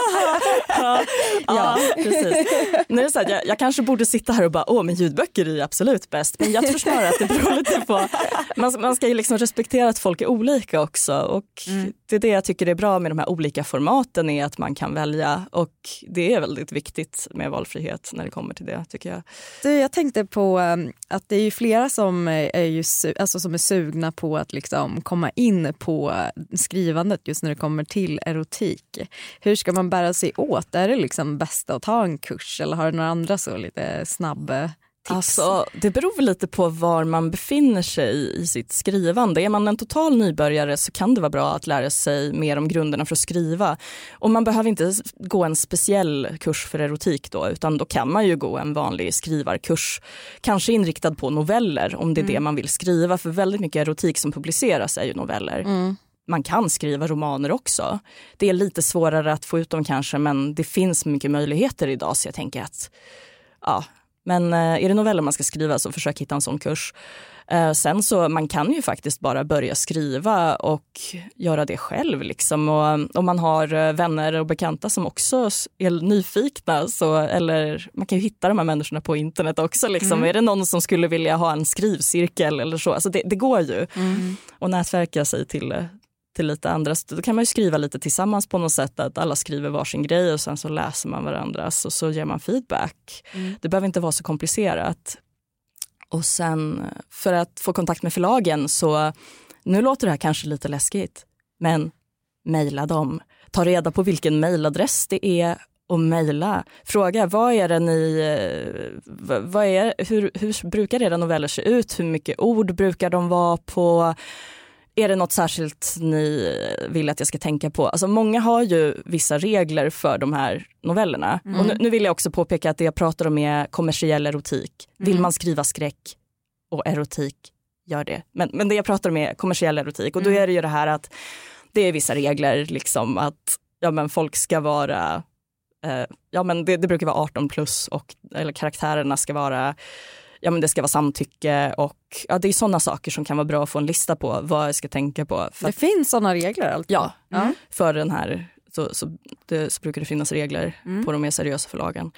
Ja, ja, precis. Nu är det så här, jag, jag kanske borde sitta här och bara, åh men ljudböcker är absolut bäst. Men jag tror snarare att det beror lite på, man, man ska ju liksom respektera att folk är olika också. Och Mm. det är det jag tycker är bra med de här olika formaten, är att man kan välja. Och det är väldigt viktigt med valfrihet när det kommer till det, tycker jag. Du, jag tänkte på um, att det är ju flera som är, ju su- alltså, som är sugna på att liksom komma in på skrivandet just när det kommer till erotik. Hur ska man bära sig åt? Är det liksom bäst att ta en kurs eller har du några andra så lite snabb tips? Alltså, det beror väl lite på var man befinner sig i sitt skrivande. Är man en total nybörjare så kan det vara bra att lära sig mer om grunderna för att skriva. Och man behöver inte gå en speciell kurs för erotik då, utan då kan man ju gå en vanlig skrivarkurs. Kanske inriktad på noveller om det är Mm. det man vill skriva. För väldigt mycket erotik som publiceras är ju noveller. Mm. Man kan skriva romaner också. Det är lite svårare att få ut dem kanske, men det finns mycket möjligheter idag, så jag tänker att ja. Men är det noveller man ska skriva så försök hitta en sån kurs. Eh, sen så man kan ju faktiskt bara börja skriva och göra det själv. Liksom. Och om man har vänner och bekanta som också är nyfikna så, eller man kan ju hitta de här människorna på internet också. Liksom. Mm. Är det någon som skulle vilja ha en skrivcirkel eller så? Alltså det, det går ju. Mm. Och nätverka sig till till lite andra. Då kan man ju skriva lite tillsammans på något sätt, att alla skriver varsin grej och sen så läser man varandras och så ger man feedback. Mm. Det behöver inte vara så komplicerat. Och sen för att få kontakt med förlagen så, nu låter det här kanske lite läskigt, men mejla dem. Ta reda på vilken mejladress det är och mejla. Fråga, vad är det ni, vad är, hur, hur brukar era noveller se ut? Hur mycket ord brukar de vara på? Är det något särskilt ni vill att jag ska tänka på? Alltså många har ju vissa regler för de här novellerna. Mm. Och nu, nu vill jag också påpeka att det jag pratar om är kommersiell erotik. Vill Mm. man skriva skräck och erotik, gör det. Men, men det jag pratar om är kommersiell erotik. Och då Mm. är det ju det här att det är vissa regler, liksom att ja, men folk ska vara... Eh, ja, men det, det brukar vara arton plus och eller karaktärerna ska vara... Ja, men det ska vara samtycke och ja, det är sådana saker som kan vara bra att få en lista på vad jag ska tänka på. För Det att, finns sådana regler alltså? ja, Mm. för den här så, så, det, så brukar det finnas regler Mm. på de mer seriösa förlagen.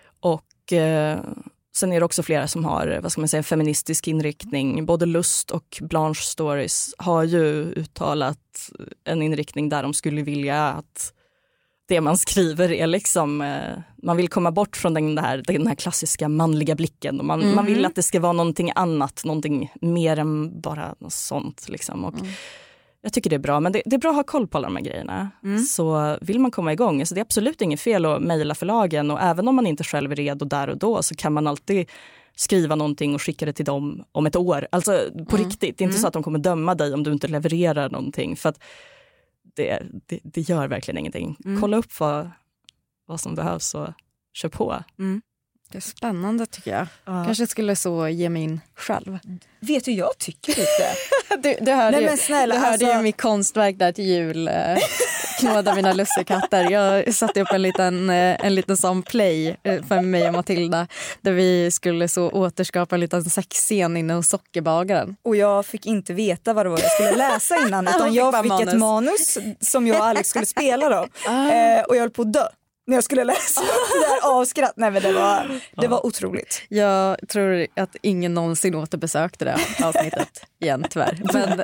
Och eh, sen är det också flera som har, vad ska man säga, feministisk inriktning. Både Lust och Blanche Stories har ju uttalat en inriktning där de skulle vilja att det man skriver är liksom, eh, man vill komma bort från den här, den här klassiska manliga blicken. Och man, Mm. man vill att det ska vara någonting annat, någonting mer än bara något sånt. Liksom. Och Mm. jag tycker det är bra, men det, det är bra att ha koll på alla de här grejerna. Mm. Så vill man komma igång, så det är absolut inget fel att mejla förlagen. Och även om man inte själv är redo där och då så kan man alltid skriva någonting och skicka det till dem om ett år. Alltså på Mm. riktigt, det är inte Mm. så att de kommer döma dig om du inte levererar någonting. För att det, det, det gör verkligen ingenting. Mm. Kolla upp vad, vad som behövs och kör på. Mm. Det är spännande tycker jag. Ja. Kanske skulle så ge mig in själv. Vet du, jag tycker lite. Du, du hörde, Nej, ju, men snälla, du hörde alltså- ju mitt konstverk där till jul. Eh, knåda mina lussekatter. Jag satte upp en liten, eh, en liten sån play eh, för mig och Matilda. Där vi skulle så återskapa en liten sexscen inne hos sockerbagaren. Och jag fick inte veta vad det var jag skulle läsa innan. Hon Utan fick jag bara fick manus. ett manus som jag och Alex skulle spela då. Ah. Eh, och jag höll på att dö när jag skulle läsa upp det där av skratt. Nej, men det var, det var otroligt. Jag tror att ingen någonsin återbesökte det avsnittet igen tyvärr. Men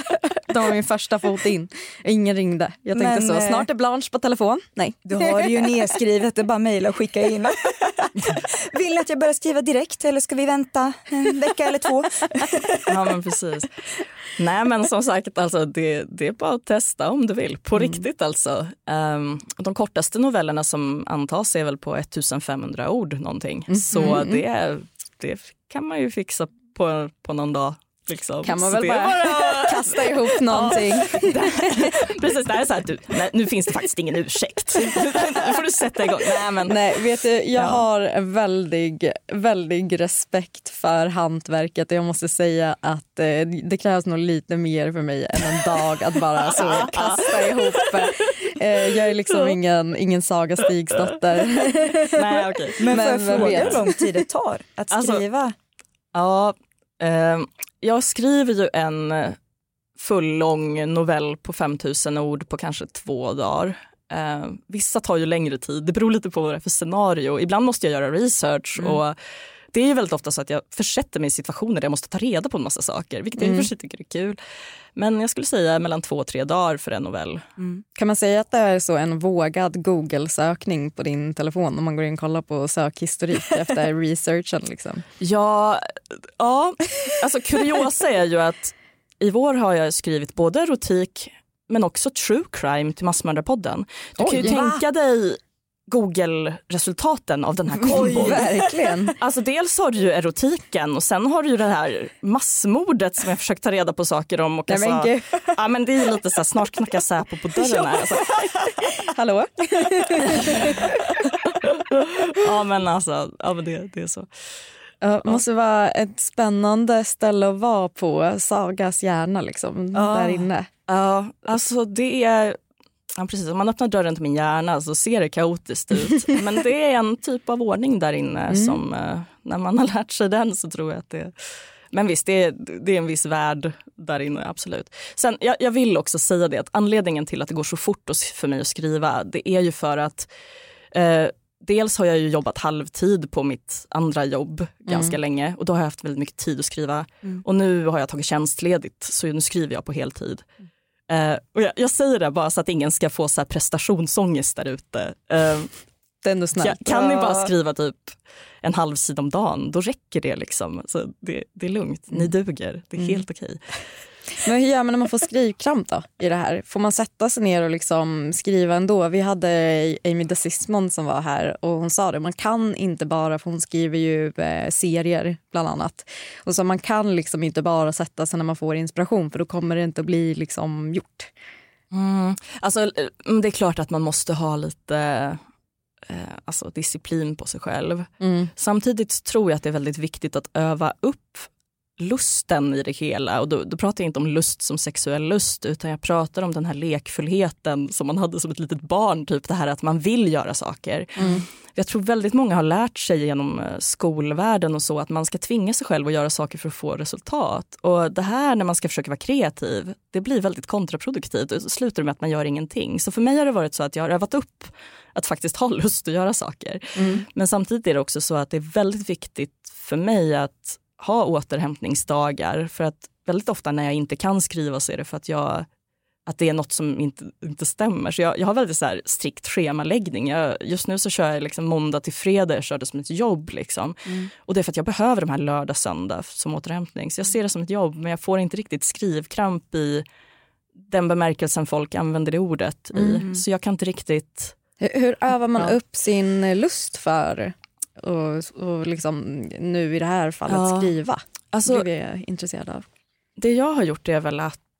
det var min första fot in. Ingen ringde. Jag tänkte Men, så, eh, snart är Blanche på telefon. Nej. Du har det ju nedskrivet, det är bara mejla och skicka in. Vill ni att jag börjar skriva direkt eller ska vi vänta en vecka eller två? Ja, men precis. Nej, men som sagt, alltså, det, det är bara att testa om du vill. På Mm. riktigt alltså. Um, de kortaste novellerna som antas är väl på femtonhundra ord någonting. Mm. Så det, det kan man ju fixa på, på någon dag. Liksom. Kan man Så väl bara, bara kasta ihop någonting. Ja. Precis, det är så här, du, nej, nu finns det faktiskt ingen ursäkt. Nu får du sätta igång. Nej, men, nej, vet du, jag ja. har en väldig, väldig respekt för hantverket. Jag måste säga att eh, det krävs nog lite mer för mig än en dag att bara så kasta ihop. Eh, jag är liksom ingen, ingen Saga Stigsdotter. Nej, okay. Men, men får jag fråga hur lång tid det tar att skriva? Alltså, ja, eh, jag skriver ju en full lång novell på fem tusen ord på kanske två dagar. Eh, vissa tar ju längre tid, det beror lite på vad det är för scenario. Ibland måste jag göra research mm. och det är ju väldigt ofta så att jag försätter mig i situationer där jag måste ta reda på en massa saker, vilket jag mm. för sig tycker är kul. Men jag skulle säga mellan två och tre dagar för en novell. Mm. Kan man säga att det är så en vågad Google-sökning på din telefon om man går in och kollar på sökhistorik efter researchen? Liksom? Ja, ja, alltså kuriosa är ju att i vår har jag skrivit både erotik men också true crime till Massmördarpodden. Du Oj, kan ju va? tänka dig Google-resultaten av den här kombon. Verkligen. Alltså dels har du ju erotiken och sen har du ju det här massmordet som jag försökt ta reda på saker om. Och Nej, alltså, men ja, men det är lite så här, snart knackar Säpo på dörren här. Alltså. Hallå? ja men alltså, ja, men det, det är så. Det uh, måste vara ett spännande ställe att vara på, Sagas hjärna liksom, uh, där inne. Ja, uh, alltså det är... Ja, precis. Om man öppnar dörren till min hjärna så ser det kaotiskt ut. Men det är en typ av ordning där inne mm. som eh, när man har lärt sig den så tror jag att det... Men visst, det är, det är en viss värld där inne, absolut. Sen, jag, jag vill också säga det att anledningen till att det går så fort för mig att skriva, det är ju för att eh, dels har jag ju jobbat halvtid på mitt andra jobb mm. ganska länge och då har jag haft väldigt mycket tid att skriva. Mm. Och nu har jag tagit tjänstledigt så nu skriver jag på heltid. Mm. Uh, och jag, jag säger det bara så att ingen ska få så här prestationsångest där ute. Uh, det är ändå snällt. Kan, kan ni bara skriva typ en halv sida om dagen, då räcker det liksom. Så det, det är lugnt, ni duger, det är mm. helt okej. Men hur gör man när man får skrivkramp då i det här? Får man sätta sig ner och liksom skriva ändå? Vi hade Amy Desismond som var här och hon sa det. Man kan inte bara, för hon skriver ju eh, serier bland annat. Och så man kan liksom inte bara sätta sig när man får inspiration för då kommer det inte att bli liksom gjort. Mm. Alltså det är klart att man måste ha lite... eh, alltså disciplin på sig själv. Mm. Samtidigt tror jag att det är väldigt viktigt att öva upp lusten i det hela. Och då, då pratar jag inte om lust som sexuell lust utan jag pratar om den här lekfullheten som man hade som ett litet barn. Typ det här att man vill göra saker. Mm. Jag tror väldigt många har lärt sig genom skolvärlden och så att man ska tvinga sig själv att göra saker för att få resultat. Och det här när man ska försöka vara kreativ, det blir väldigt kontraproduktivt och slutar med att man gör ingenting. Så för mig har det varit så att jag har övat upp att faktiskt ha lust att göra saker. Mm. Men samtidigt är det också så att det är väldigt viktigt för mig att ha återhämtningsdagar för att väldigt ofta när jag inte kan skriva så är det för att jag att det är något som inte, inte stämmer. Så jag, jag har väldigt så här strikt schemaläggning. Jag, just nu så kör jag liksom måndag till fredag. Jag kör det som ett jobb. Liksom. Mm. Och det är för att jag behöver de här lördag söndag som återhämtning. Så jag ser det som ett jobb. Men jag får inte riktigt skrivkramp i den bemärkelsen folk använder det ordet i. Mm. Så jag kan inte riktigt... Hur, hur övar man ja. upp sin lust för och, och liksom nu i det här fallet ja. skriva? Alltså, det blir jag intresserad av. Det jag har gjort är väl att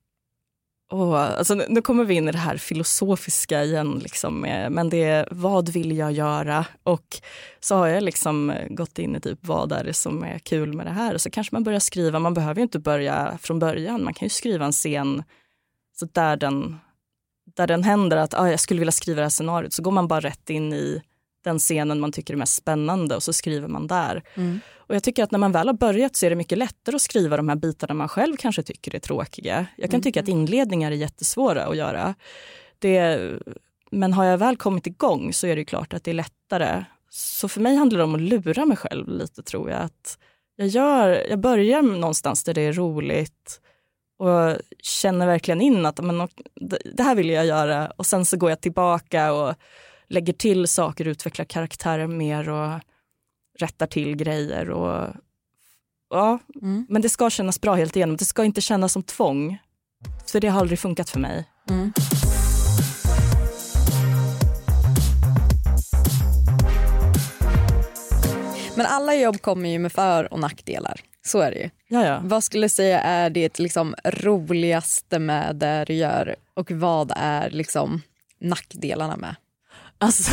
Oh, alltså nu kommer vi in i det här filosofiska igen liksom, men det är vad vill jag göra och så har jag liksom gått in i typ vad är det som är kul med det här och så kanske man börjar skriva, man behöver ju inte börja från början, man kan ju skriva en scen så där den, där den händer att ah, jag skulle vilja skriva det här scenariot så går man bara rätt in i den scenen man tycker är mest spännande och så skriver man där. Mm. Och jag tycker att när man väl har börjat så är det mycket lättare att skriva de här bitarna man själv kanske tycker är tråkiga. Jag kan mm. tycka att inledningar är jättesvåra att göra. Det, men har jag väl kommit igång så är det klart att det är lättare. Så för mig handlar det om att lura mig själv lite tror jag. Att jag, gör, jag börjar någonstans där det är roligt och känner verkligen in att men, det här vill jag göra. Och sen så går jag tillbaka och lägger till saker, utvecklar karaktärer mer och rättar till grejer. Och, ja, mm. Men det ska kännas bra helt igenom. Det ska inte kännas som tvång. För det har aldrig funkat för mig. Mm. Men alla jobb kommer ju med för- och nackdelar. Så är det ju. Ja, ja. Vad skulle du säga är det liksom roligaste med det du gör och vad är liksom nackdelarna med? Alltså,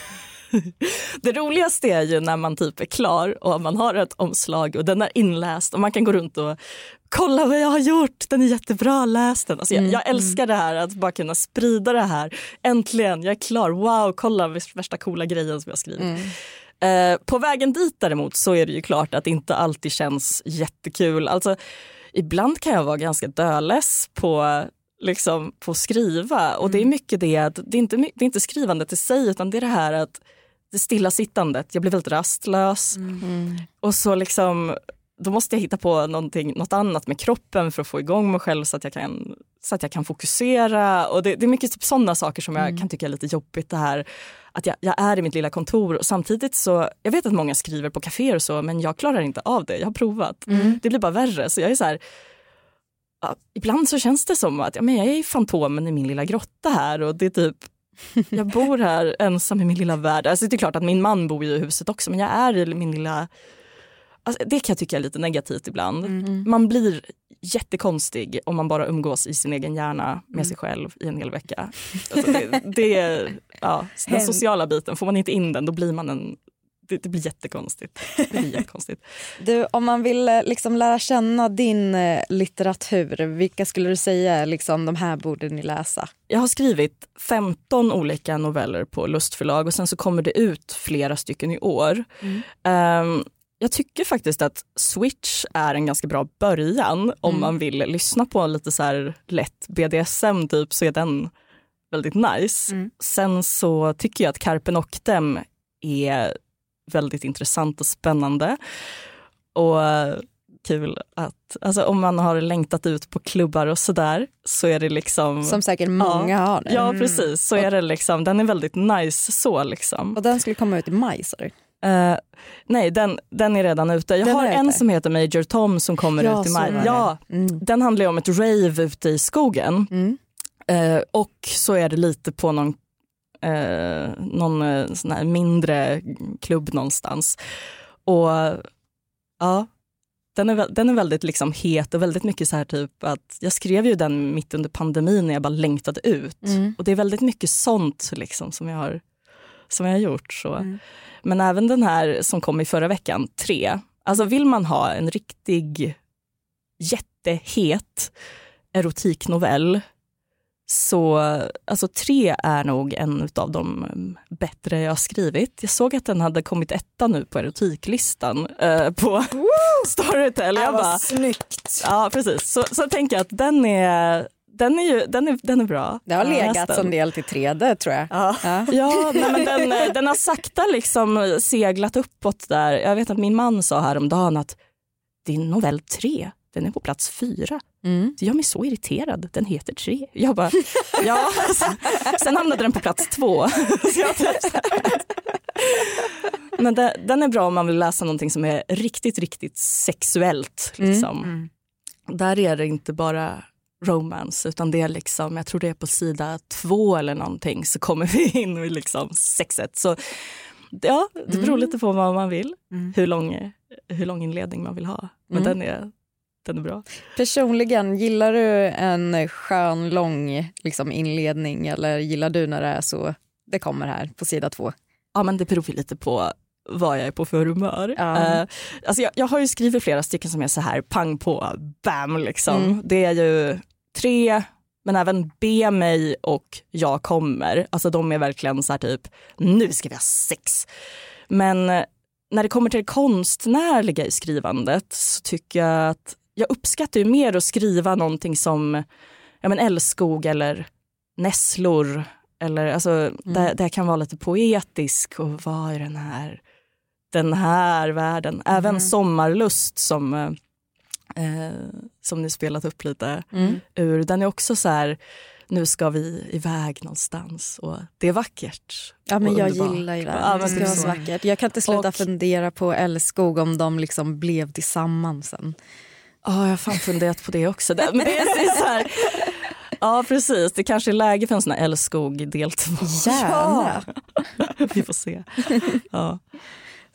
det roligaste är ju när man typ är klar och man har ett omslag och den är inläst och man kan gå runt och kolla vad jag har gjort, den är jättebra, läs den. Alltså jag, Mm, jag älskar det här att bara kunna sprida det här. Äntligen, jag är klar, wow, kolla värsta coola grejen som jag skrivit. Mm. Eh, på vägen dit däremot så är det ju klart att det inte alltid känns jättekul. Alltså, ibland kan jag vara ganska döless på, liksom, på att skriva. Och det är mycket det att det är inte, det är inte skrivandet i sig utan det är det här att det stillasittandet. Jag blir väldigt rastlös. Mm. Och så liksom, då måste jag hitta på någonting, något annat med kroppen för att få igång mig själv så att jag kan, så att jag kan fokusera. Och det, det är mycket typ sådana saker som jag mm. kan tycka är lite jobbigt det här. Att jag, jag är i mitt lilla kontor och samtidigt så, jag vet att många skriver på kaféer och så, men jag klarar inte av det. Jag har provat. Mm. Det blir bara värre. Så jag är så här, ja, ibland så känns det som att ja, men jag är fantomen i min lilla grotta här och det är typ, jag bor här ensam i min lilla värld. Alltså det är klart att min man bor i huset också, men jag är i min lilla, alltså det kan jag tycka är lite negativt ibland. Mm. Man blir jättekonstig om man bara umgås i sin egen hjärna med mm. sig själv i en hel vecka. Alltså det, det är, ja, den sociala biten, får man inte in den då blir man en, det, det blir jättekonstigt. Det blir jättekonstigt. Du, om man vill liksom lära känna din litteratur, vilka skulle du säga liksom, de här borde ni läsa? Jag har skrivit femton olika noveller på Lustförlag och sen så kommer det ut flera stycken i år. Mm. Um, Jag tycker faktiskt att Switch är en ganska bra början om mm. man vill lyssna på lite så här lätt B D S M typ, så är den väldigt nice. Mm. Sen så tycker jag att Carpe Noctem är väldigt intressant och spännande. Och kul att, alltså om man har längtat ut på klubbar och sådär så är det liksom... Som säkert många ja, har. Ja, precis. Så är det liksom, den är väldigt nice så liksom. Och den skulle komma ut i maj, så du? Uh, nej, den, den är redan ute. Jag den har en ute. som heter Major Tom som kommer ja, ut i maj. Ja, mm. Den handlar ju om ett rave ute i skogen. Mm. Uh, och så är det lite på någon, uh, någon uh, sån här mindre klubb någonstans. Och ja, den är, den är väldigt liksom het och väldigt mycket så här typ att jag skrev ju den mitt under pandemin när jag bara längtade ut. Mm. Och det är väldigt mycket sånt liksom som jag har, som jag har gjort så. Mm. Men även den här som kom i förra veckan, tre. Alltså vill man ha en riktig jättehet erotiknovell så alltså tre är nog en av de bättre jag har skrivit. Jag såg att den hade kommit etta nu på erotiklistan eh, på Storytel. Jag bara, snyggt. Ja, precis. Så, så jag tänker att den är... Den är ju den är, den är bra. Det har legat en del till tre D tror jag. Ja, ja. ja nej, men den, den har sakta liksom seglat uppåt där. Jag vet att min man sa häromdagen att din novell tre, den är på plats fyra. Mm. Jag är så irriterad, den heter tre. Jag bara, ja. Sen hamnade den på plats två. Men det, den är bra om man vill läsa någonting som är riktigt, riktigt sexuellt. Liksom. Mm. Mm. Där är det inte bara... romance, utan det är liksom, jag tror det är på sida två eller någonting så kommer vi in i liksom sexet. Så ja, det beror mm. lite på vad man vill, mm. hur lång hur lång inledning man vill ha. Men mm. den är den är bra. Personligen, gillar du en skön lång liksom inledning eller gillar du när det är så det kommer här på sida två? Ja, men det beror lite på vad jag är på för humör. Ja. Uh, alltså jag, jag har ju skrivit flera stycken som är så här pang på, bam liksom. Mm. Det är ju tre, men även Be mig och Jag kommer. Alltså de är verkligen så här typ, nu ska vi ha sex. Men när det kommer till det konstnärliga i skrivandet så tycker jag att jag uppskattar ju mer att skriva någonting som ja, men älskog eller nässlor. Eller alltså, mm. det, det kan vara lite poetisk och vad är den här den här världen. Även mm. Sommarlust som eh, som ni spelat upp lite mm. ur. Den är också så här, nu ska vi iväg någonstans och det är vackert. Ja, men jag underbart. gillar ju det. Ja, det ska vara så vackert. Jag kan inte sluta och, fundera på älskog om de liksom blev tillsammans sen. Ja, oh, jag har fan funderat på det också. Men det är så här... Ja, precis. Det kanske är läge för en sån här älskog del två. Gärna. Ja. Vi får se. Ja.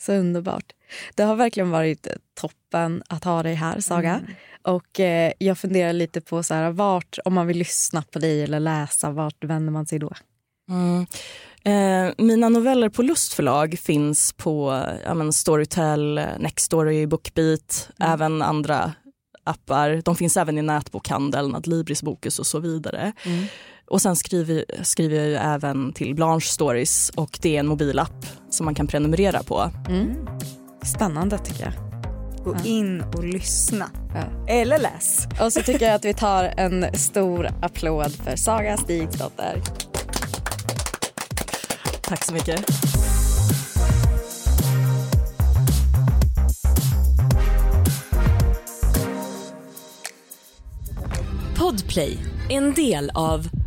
Så underbart. Det har verkligen varit toppen att ha dig här, Saga. Mm. Och eh, jag funderar lite på så här, vart, om man vill lyssna på dig eller läsa, vart vänder man sig då? Mm. Eh, mina noveller på Lustförlag finns på ja, men Storytel, Nextory, Bookbeat, mm. även andra appar. De finns även i nätbokhandeln, Adlibris, Bokus och så vidare. Mm. Och sen skriver, skriver jag ju även till Blanche Stories, och det är en mobilapp som man kan prenumerera på. Mm. Spännande tycker jag. Gå in och lyssna. Ja. Eller läs. Och så tycker jag att vi tar en stor applåd för Saga Stigsdotter. Tack så mycket. Podplay, en del av